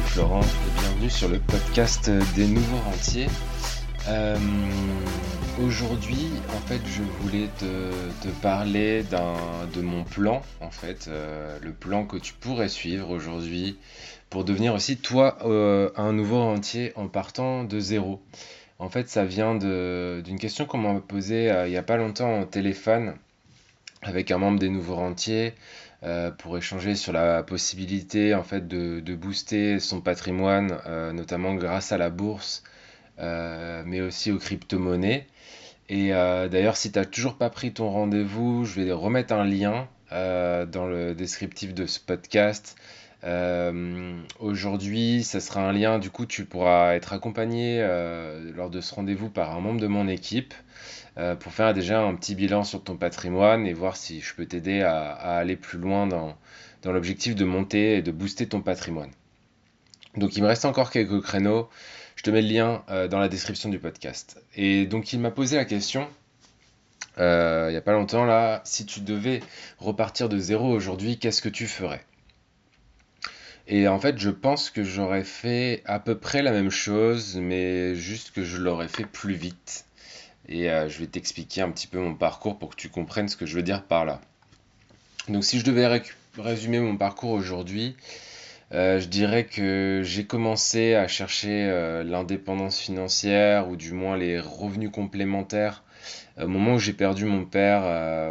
Florent et bienvenue sur le podcast des nouveaux rentiers. Aujourd'hui, en fait, je voulais te parler de mon plan, en fait, le plan que tu pourrais suivre aujourd'hui pour devenir aussi toi un nouveau rentier en partant de zéro. En fait, ça vient d'une question qu'on m'a posée il y a pas longtemps au téléphone avec un membre des nouveaux rentiers pour échanger sur la possibilité en fait de booster son patrimoine, notamment grâce à la bourse, mais aussi aux crypto-monnaies. Et d'ailleurs, si tu n'as toujours pas pris ton rendez-vous, je vais remettre un lien dans le descriptif de ce podcast. Aujourd'hui, ça sera un lien, du coup, tu pourras être accompagné lors de ce rendez-vous par un membre de mon équipe pour faire déjà un petit bilan sur ton patrimoine et voir si je peux t'aider à aller plus loin dans l'objectif de monter et de booster ton patrimoine. Donc il me reste encore quelques créneaux, je te mets le lien dans la description du podcast. Et donc il m'a posé la question, il n'y a pas longtemps là, si tu devais repartir de zéro aujourd'hui, qu'est-ce que tu ferais? Et en fait, je pense que j'aurais fait à peu près la même chose, mais juste que je l'aurais fait plus vite. Et je vais t'expliquer un petit peu mon parcours pour que tu comprennes ce que je veux dire par là. Donc si je devais résumer mon parcours aujourd'hui, je dirais que j'ai commencé à chercher l'indépendance financière ou du moins les revenus complémentaires au moment où j'ai perdu mon père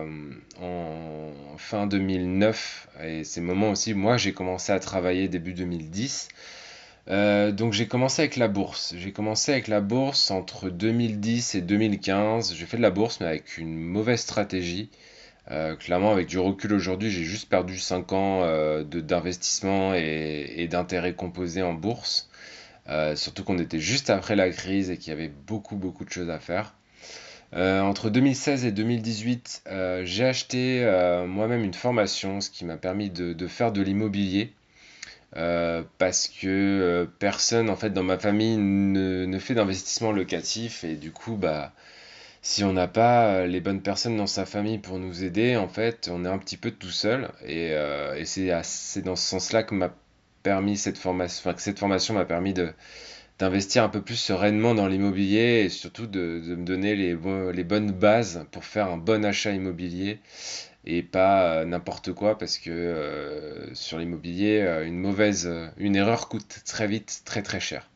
en fin 2009. Et c'est le moment aussi où moi j'ai commencé à travailler début 2010. Donc j'ai commencé avec la bourse. J'ai commencé avec la bourse entre 2010 et 2015. J'ai fait de la bourse mais avec une mauvaise stratégie. Clairement avec du recul aujourd'hui, j'ai juste perdu 5 ans d'investissement et d'intérêts composés en bourse. Surtout qu'on était juste après la crise et qu'il y avait beaucoup de choses à faire. Entre 2016 et 2018, j'ai acheté moi-même une formation, ce qui m'a permis de faire de l'immobilier. Parce que personne en fait dans ma famille ne fait d'investissement locatif et du coup bah si on n'a pas les bonnes personnes dans sa famille pour nous aider en fait on est un petit peu tout seul et c'est dans ce sens-là que m'a permis cette formation, enfin que cette formation m'a permis de d'investir un peu plus sereinement dans l'immobilier et surtout de me donner les bonnes bases pour faire un bon achat immobilier et pas n'importe quoi parce que sur l'immobilier, une erreur coûte très vite très cher.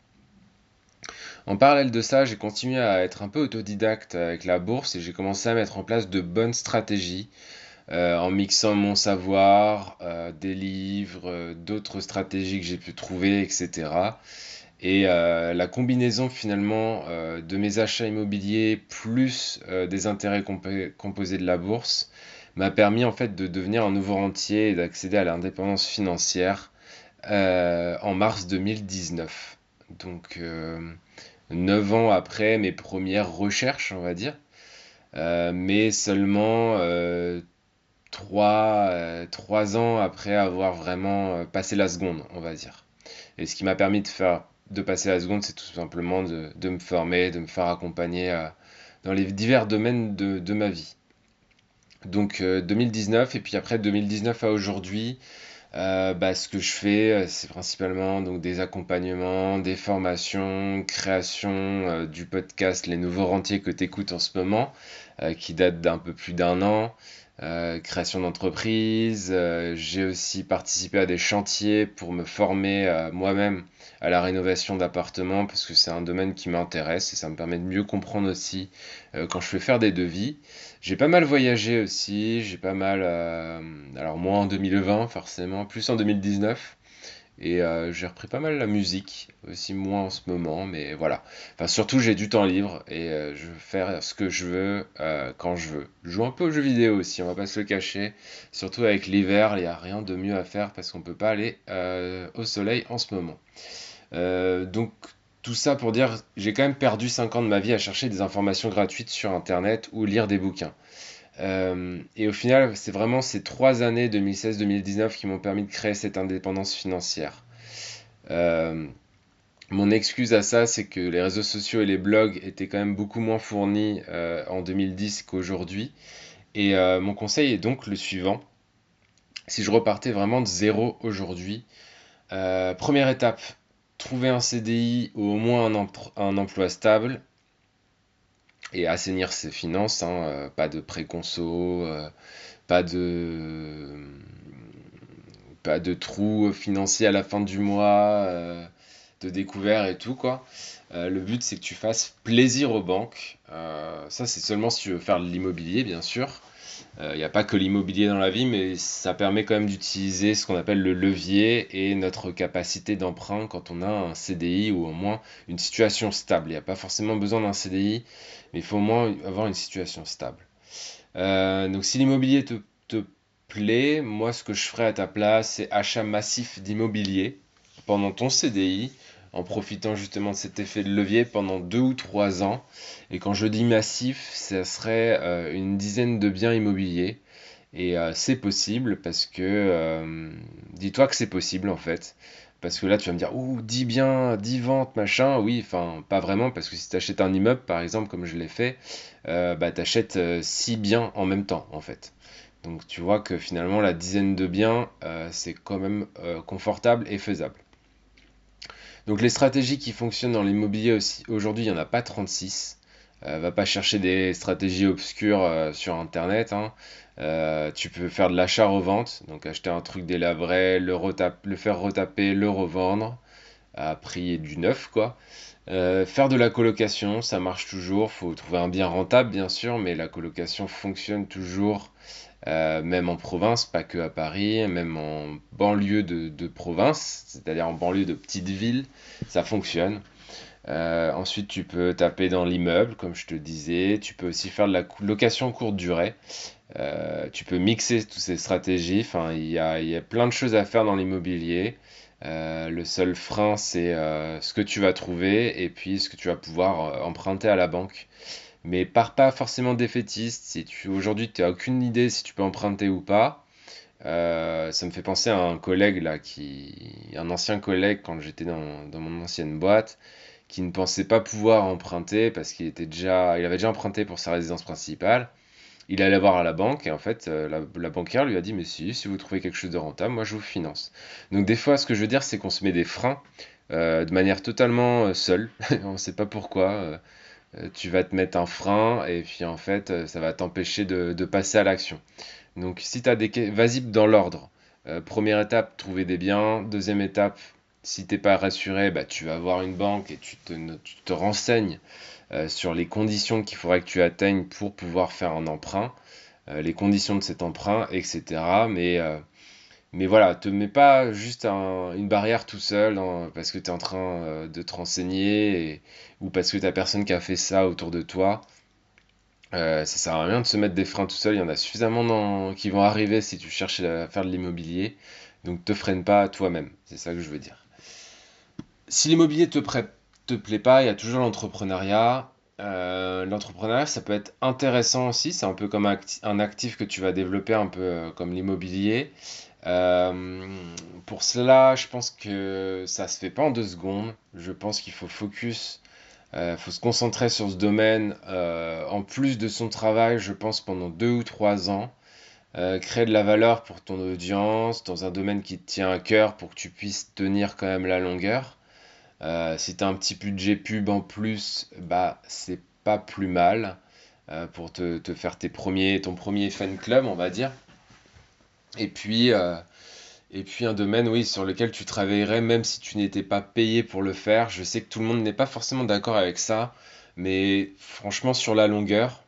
En parallèle de ça, j'ai continué à être un peu autodidacte avec la bourse et j'ai commencé à mettre en place de bonnes stratégies en mixant mon savoir, des livres, d'autres stratégies que j'ai pu trouver, etc. Et la combinaison finalement de mes achats immobiliers plus des intérêts composés de la bourse m'a permis en fait de devenir un nouveau rentier et d'accéder à l'indépendance financière en mars 2019. Donc 9 ans après mes premières recherches, on va dire, mais seulement 3 ans après avoir vraiment passé la seconde, on va dire. Et ce qui m'a permis de passer la seconde, c'est tout simplement de me former, de me faire accompagner dans les divers domaines de ma vie. Donc 2019 et puis après 2019 à aujourd'hui, ce que je fais, c'est principalement donc des accompagnements, des formations, création du podcast Les Nouveaux Rentiers que tu écoutes en ce moment, qui date d'un peu plus d'un an, création d'entreprise. J'ai aussi participé à des chantiers pour me former moi-même à la rénovation d'appartements parce que c'est un domaine qui m'intéresse et ça me permet de mieux comprendre aussi quand je fais faire des devis. J'ai pas mal voyagé aussi, j'ai pas mal, alors moins en 2020 forcément, plus en 2019. Et j'ai repris pas mal la musique, aussi moins en ce moment, mais voilà. Enfin surtout j'ai du temps libre et je veux faire ce que je veux quand je veux. Je joue un peu aux jeux vidéo aussi, on va pas se le cacher. Surtout avec l'hiver, il n'y a rien de mieux à faire parce qu'on peut pas aller au soleil en ce moment. Donc tout ça pour dire, j'ai quand même perdu 5 ans de ma vie à chercher des informations gratuites sur Internet ou lire des bouquins. Et au final, c'est vraiment ces 3 années 2016-2019 qui m'ont permis de créer cette indépendance financière. Euh, Mon excuse à ça, c'est que les réseaux sociaux et les blogs étaient quand même beaucoup moins fournis en 2010 qu'aujourd'hui. Et mon conseil est donc le suivant. Si je repartais vraiment de zéro aujourd'hui, première étape, trouver un CDI ou au moins un emploi stable et assainir ses finances, hein, pas de préconso, pas de, pas de trou financier à la fin du mois, de découvert et tout, quoi. Le but, c'est que tu fasses plaisir aux banques. Ça, c'est seulement si tu veux faire de l'immobilier, bien sûr. Il n'y a pas que l'immobilier dans la vie, mais ça permet quand même d'utiliser ce qu'on appelle le levier et notre capacité d'emprunt quand on a un CDI ou au moins une situation stable. Il n'y a pas forcément besoin d'un CDI, mais il faut au moins avoir une situation stable. Donc si l'immobilier te plaît, moi ce que je ferais à ta place, c'est achat massif d'immobilier pendant ton CDI, en profitant justement de cet effet de levier pendant 2 ou 3 ans. Et quand je dis massif, ça serait une dizaine de biens immobiliers. Et c'est possible parce que, dis-toi que c'est possible en fait. Parce que là, tu vas me dire, ouh, 10 biens, 10 ventes, machin. Oui, enfin, pas vraiment, parce que si tu achètes un immeuble, par exemple, comme je l'ai fait, bah, tu achètes 6 biens en même temps, en fait. Donc, tu vois que finalement, la dizaine de biens, c'est quand même confortable et faisable. Donc, les stratégies qui fonctionnent dans l'immobilier aussi, aujourd'hui, il n'y en a pas 36. Va pas chercher des stratégies obscures sur Internet, hein. Tu peux faire de l'achat-revente, donc acheter un truc délabré, le faire retaper, le revendre à prix du neuf, quoi. Faire de la colocation, ça marche toujours. Faut trouver un bien rentable, bien sûr, mais la colocation fonctionne toujours, même en province, pas que à Paris, même en banlieue de province, c'est-à-dire en banlieue de petites villes, ça fonctionne. Ensuite, tu peux taper dans l'immeuble, comme je te disais. Tu peux aussi faire de la location courte durée. Tu peux mixer toutes ces stratégies. Enfin, il y a plein de choses à faire dans l'immobilier. Le seul frein, c'est ce que tu vas trouver et puis ce que tu vas pouvoir emprunter à la banque. Mais pars pas forcément défaitiste. Si aujourd'hui tu n'as aucune idée si tu peux emprunter ou pas, ça me fait penser à un collègue là, un ancien collègue quand j'étais dans mon ancienne boîte, qui ne pensait pas pouvoir emprunter parce il avait déjà emprunté pour sa résidence principale. Il allait voir à la banque et en fait, la banquière lui a dit, mais si vous trouvez quelque chose de rentable, moi je vous finance. Donc des fois, ce que je veux dire, c'est qu'on se met des freins de manière totalement seule. On ne sait pas pourquoi. Tu vas te mettre un frein et puis en fait, ça va t'empêcher de passer à l'action. Donc si tu as vas-y dans l'ordre. Première étape, trouver des biens. Deuxième étape, si t'es pas rassuré, bah, tu vas voir une banque et tu te renseignes sur les conditions qu'il faudrait que tu atteignes pour pouvoir faire un emprunt, les conditions de cet emprunt, etc. Mais voilà, te mets pas juste une barrière tout seul parce que tu es en train de te renseigner ou parce que tu personne qui a fait ça autour de toi. Ça sert à rien de se mettre des freins tout seul, il y en a suffisamment qui vont arriver si tu cherches à faire de l'immobilier. Donc te freine pas toi-même, c'est ça que je veux dire. Si l'immobilier te plaît pas, il y a toujours l'entrepreneuriat. L'entrepreneuriat, ça peut être intéressant aussi. C'est un peu comme un actif que tu vas développer, un peu comme l'immobilier. Euh, pour cela, je pense que ça se fait pas en 2 secondes. Je pense qu'il faut focus, faut se concentrer sur ce domaine. En plus de son travail, je pense pendant 2 ou 3 ans. Créer de la valeur pour ton audience dans un domaine qui te tient à cœur pour que tu puisses tenir quand même la longueur. Si tu as un petit budget pub en plus, bah c'est pas plus mal pour te faire ton premier fan club, on va dire. Et puis, euh, et puis un domaine, oui, sur lequel tu travaillerais même si tu n'étais pas payé pour le faire. Je sais que tout le monde n'est pas forcément d'accord avec ça, mais franchement, sur la longueur,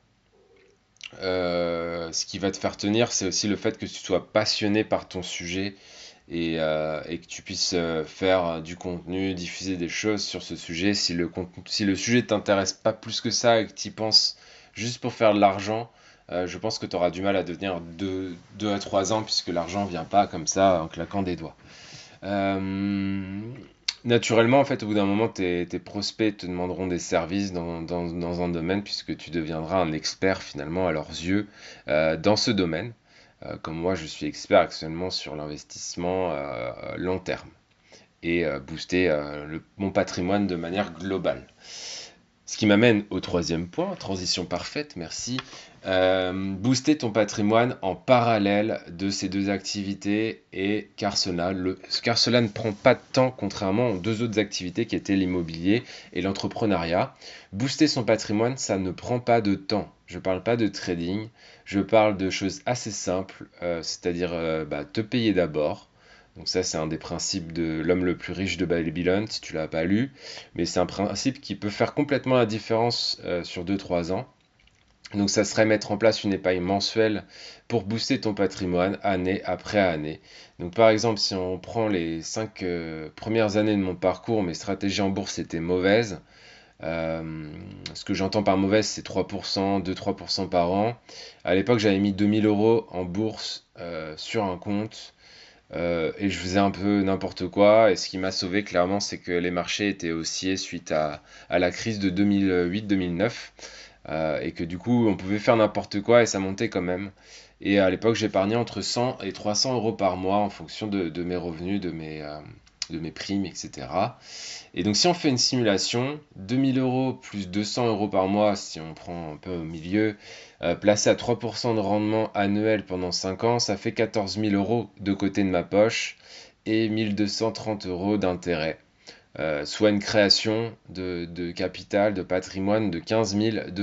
ce qui va te faire tenir, c'est aussi le fait que tu sois passionné par ton sujet et que tu puisses faire du contenu, diffuser des choses sur ce sujet. Si le sujet t'intéresse pas plus que ça et que tu y penses juste pour faire de l'argent, je pense que tu auras du mal à devenir 2 à 3 ans puisque l'argent vient pas comme ça en claquant des doigts. Euh, Naturellement, en fait, au bout d'un moment, tes prospects te demanderont des services dans un domaine puisque tu deviendras un expert finalement à leurs yeux dans ce domaine. Comme moi, je suis expert actuellement sur l'investissement long terme et booster mon patrimoine de manière globale. Ce qui m'amène au troisième point, transition parfaite, merci. Booster ton patrimoine en parallèle de ces deux activités et car cela ne prend pas de temps contrairement aux deux autres activités qui étaient l'immobilier et l'entrepreneuriat. Booster son patrimoine, ça ne prend pas de temps. Je ne parle pas de trading, je parle de choses assez simples, c'est-à-dire te payer d'abord. Donc ça, c'est un des principes de L'homme le plus riche de Babylone, si tu l'as pas lu. Mais c'est un principe qui peut faire complètement la différence sur 2 3 ans. Donc ça serait mettre en place une épargne mensuelle pour booster ton patrimoine année après année. Donc par exemple, si on prend les 5 premières années de mon parcours, mes stratégies en bourse étaient mauvaises. Ce que j'entends par mauvaise, c'est 3%, 2-3% par an. À l'époque, j'avais mis 2000 € en bourse sur un compte. Et je faisais un peu n'importe quoi. Et ce qui m'a sauvé, clairement, c'est que les marchés étaient haussiers suite à la crise de 2008-2009. Et que du coup, on pouvait faire n'importe quoi et ça montait quand même. Et à l'époque, j'épargnais entre 100 et 300 € par mois en fonction de mes revenus, de mes primes, etc. Et donc, si on fait une simulation, 2000 € plus 200 € par mois, si on prend un peu au milieu, placé à 3% de rendement annuel pendant 5 ans, ça fait 14 000 € de côté de ma poche et 1230 € d'intérêt. Soit une création de capital, de patrimoine de 15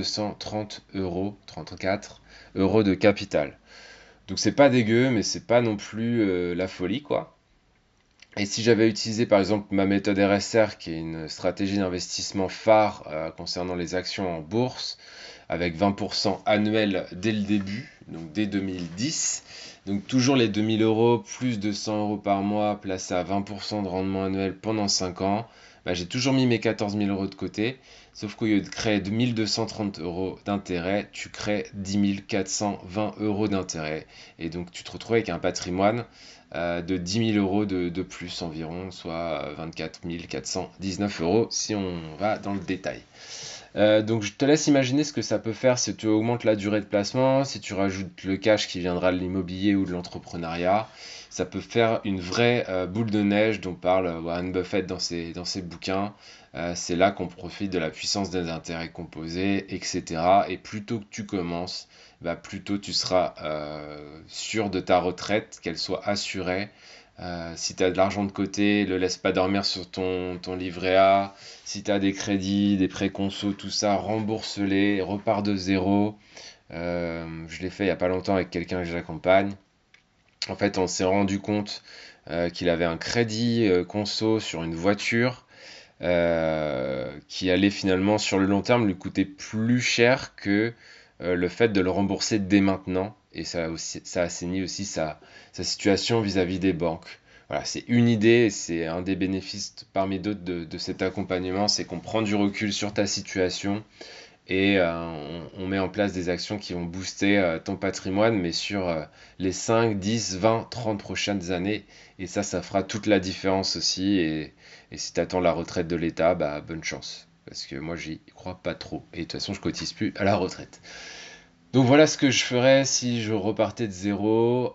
230 €, 34 euros de capital. Donc c'est pas dégueu, mais c'est pas non plus la folie, quoi. Et si j'avais utilisé par exemple ma méthode RSR, qui est une stratégie d'investissement phare concernant les actions en bourse, avec 20% annuel dès le début, donc dès 2010, donc toujours les 2000 € plus de 100 € par mois placés à 20% de rendement annuel pendant 5 ans, bah, j'ai toujours mis mes 14 000 € de côté, sauf qu'au lieu de créer 1230 € d'intérêt, tu crées 10 420 € d'intérêt. Et donc tu te retrouves avec un patrimoine de 10 000 € de plus environ, soit 24 419 € si on va dans le détail. Donc je te laisse imaginer ce que ça peut faire si tu augmentes la durée de placement, si tu rajoutes le cash qui viendra de l'immobilier ou de l'entrepreneuriat. Ça peut faire une vraie boule de neige dont parle Warren Buffett dans ses bouquins. C'est là qu'on profite de la puissance des intérêts composés, etc. Et plus tôt que tu commences, bah, plus tôt tu seras sûr de ta retraite, qu'elle soit assurée. Si tu as de l'argent de côté, le laisse pas dormir sur ton livret A. Si tu as des crédits, des prêts conso, tout ça, rembourse-les, repars de zéro. Je l'ai fait il n'y a pas longtemps avec quelqu'un que j'accompagne. En fait, on s'est rendu compte qu'il avait un crédit conso sur une voiture qui allait finalement sur le long terme lui coûter plus cher que le fait de le rembourser dès maintenant. Et ça assainit aussi sa situation vis-à-vis des banques. Voilà, c'est une idée, c'est un des bénéfices parmi d'autres de cet accompagnement, c'est qu'on prend du recul sur ta situation et on met en place des actions qui vont booster ton patrimoine, mais sur les 5, 10, 20, 30 prochaines années. Et ça fera toute la différence aussi. Et si tu attends la retraite de l'État, bah, bonne chance. Parce que moi, j'y crois pas trop. Et de toute façon, je cotise plus à la retraite. Donc voilà ce que je ferais si je repartais de zéro.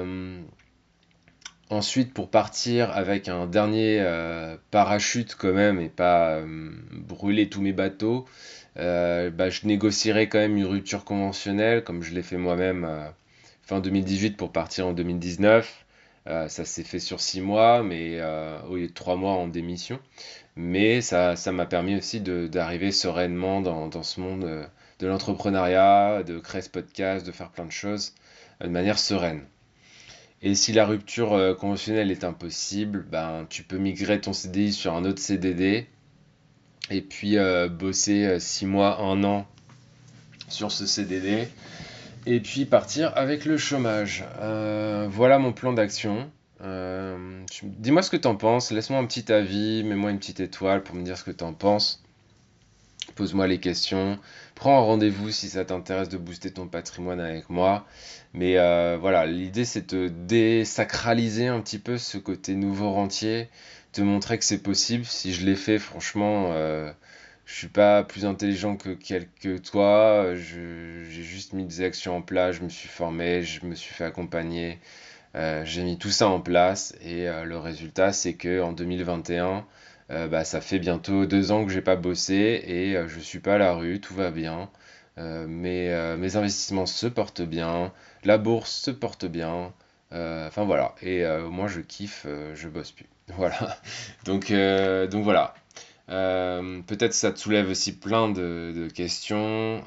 Ensuite, pour partir avec un dernier parachute quand même et pas brûler tous mes bateaux, bah, je négocierai quand même une rupture conventionnelle, comme je l'ai fait moi-même fin 2018 pour partir en 2019. Ça s'est fait sur 6 mois, mais au lieu de 3 mois en démission. Mais ça m'a permis aussi d'arriver sereinement dans ce monde de l'entrepreneuriat, de créer ce podcast, de faire plein de choses de manière sereine. Et si la rupture conventionnelle est impossible, ben, tu peux migrer ton CDI sur un autre CDD et puis bosser 6 mois, 1 an sur ce CDD et puis partir avec le chômage. Voilà mon plan d'action. Dis-moi ce que t'en penses, laisse-moi un petit avis, mets-moi une petite étoile pour me dire ce que t'en penses. Pose-moi les questions. Prends un rendez-vous si ça t'intéresse de booster ton patrimoine avec moi. Mais voilà, l'idée c'est de désacraliser un petit peu ce côté nouveau rentier, te montrer que c'est possible. Si je l'ai fait, franchement, je suis pas plus intelligent que toi. J'ai juste mis des actions en place, je me suis formé, je me suis fait accompagner. J'ai mis tout ça en place et le résultat c'est que en 2021, Bah, ça fait bientôt 2 ans que j'ai pas bossé et je suis pas à la rue, tout va bien. Mes investissements se portent bien, la bourse se porte bien. Enfin voilà. Et moi je kiffe, je bosse plus. Voilà. Donc voilà. Peut-être ça te soulève aussi plein de questions.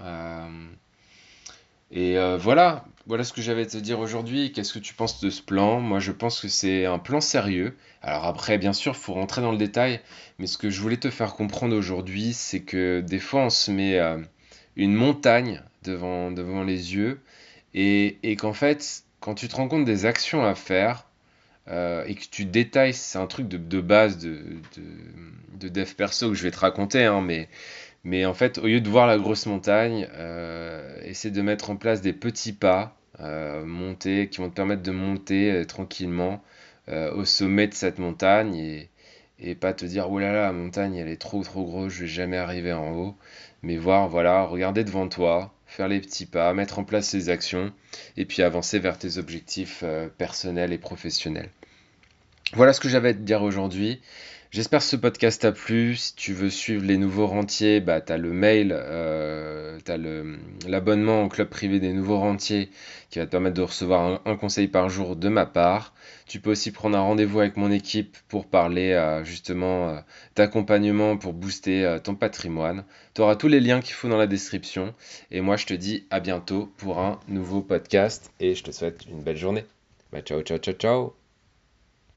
Voilà ce que j'avais à te dire aujourd'hui. Qu'est-ce que tu penses de ce plan? Moi, je pense que c'est un plan sérieux. Alors après, bien sûr, il faut rentrer dans le détail, mais ce que je voulais te faire comprendre aujourd'hui, c'est que des fois, on se met une montagne devant les yeux, et qu'en fait, quand tu te rends compte des actions à faire, et que tu détailles, c'est un truc de base de dev perso que je vais te raconter, hein, mais en fait, au lieu de voir la grosse montagne, essaie de mettre en place des petits pas qui vont te permettre de monter tranquillement au sommet de cette montagne et pas te dire oh là là, la montagne elle est trop grosse, je vais jamais arriver en haut. Mais voir, voilà, regarder devant toi, faire les petits pas, mettre en place les actions et puis avancer vers tes objectifs personnels et professionnels. Voilà ce que j'avais à te dire aujourd'hui. J'espère que ce podcast t'a plu. Si tu veux suivre les nouveaux rentiers, bah, tu as le mail, tu as l'abonnement au club privé des nouveaux rentiers qui va te permettre de recevoir un conseil par jour de ma part. Tu peux aussi prendre un rendez-vous avec mon équipe pour parler justement d'accompagnement pour booster ton patrimoine. Tu auras tous les liens qu'il faut dans la description. Et moi, je te dis à bientôt pour un nouveau podcast et je te souhaite une belle journée. Bah, ciao, ciao, ciao, ciao.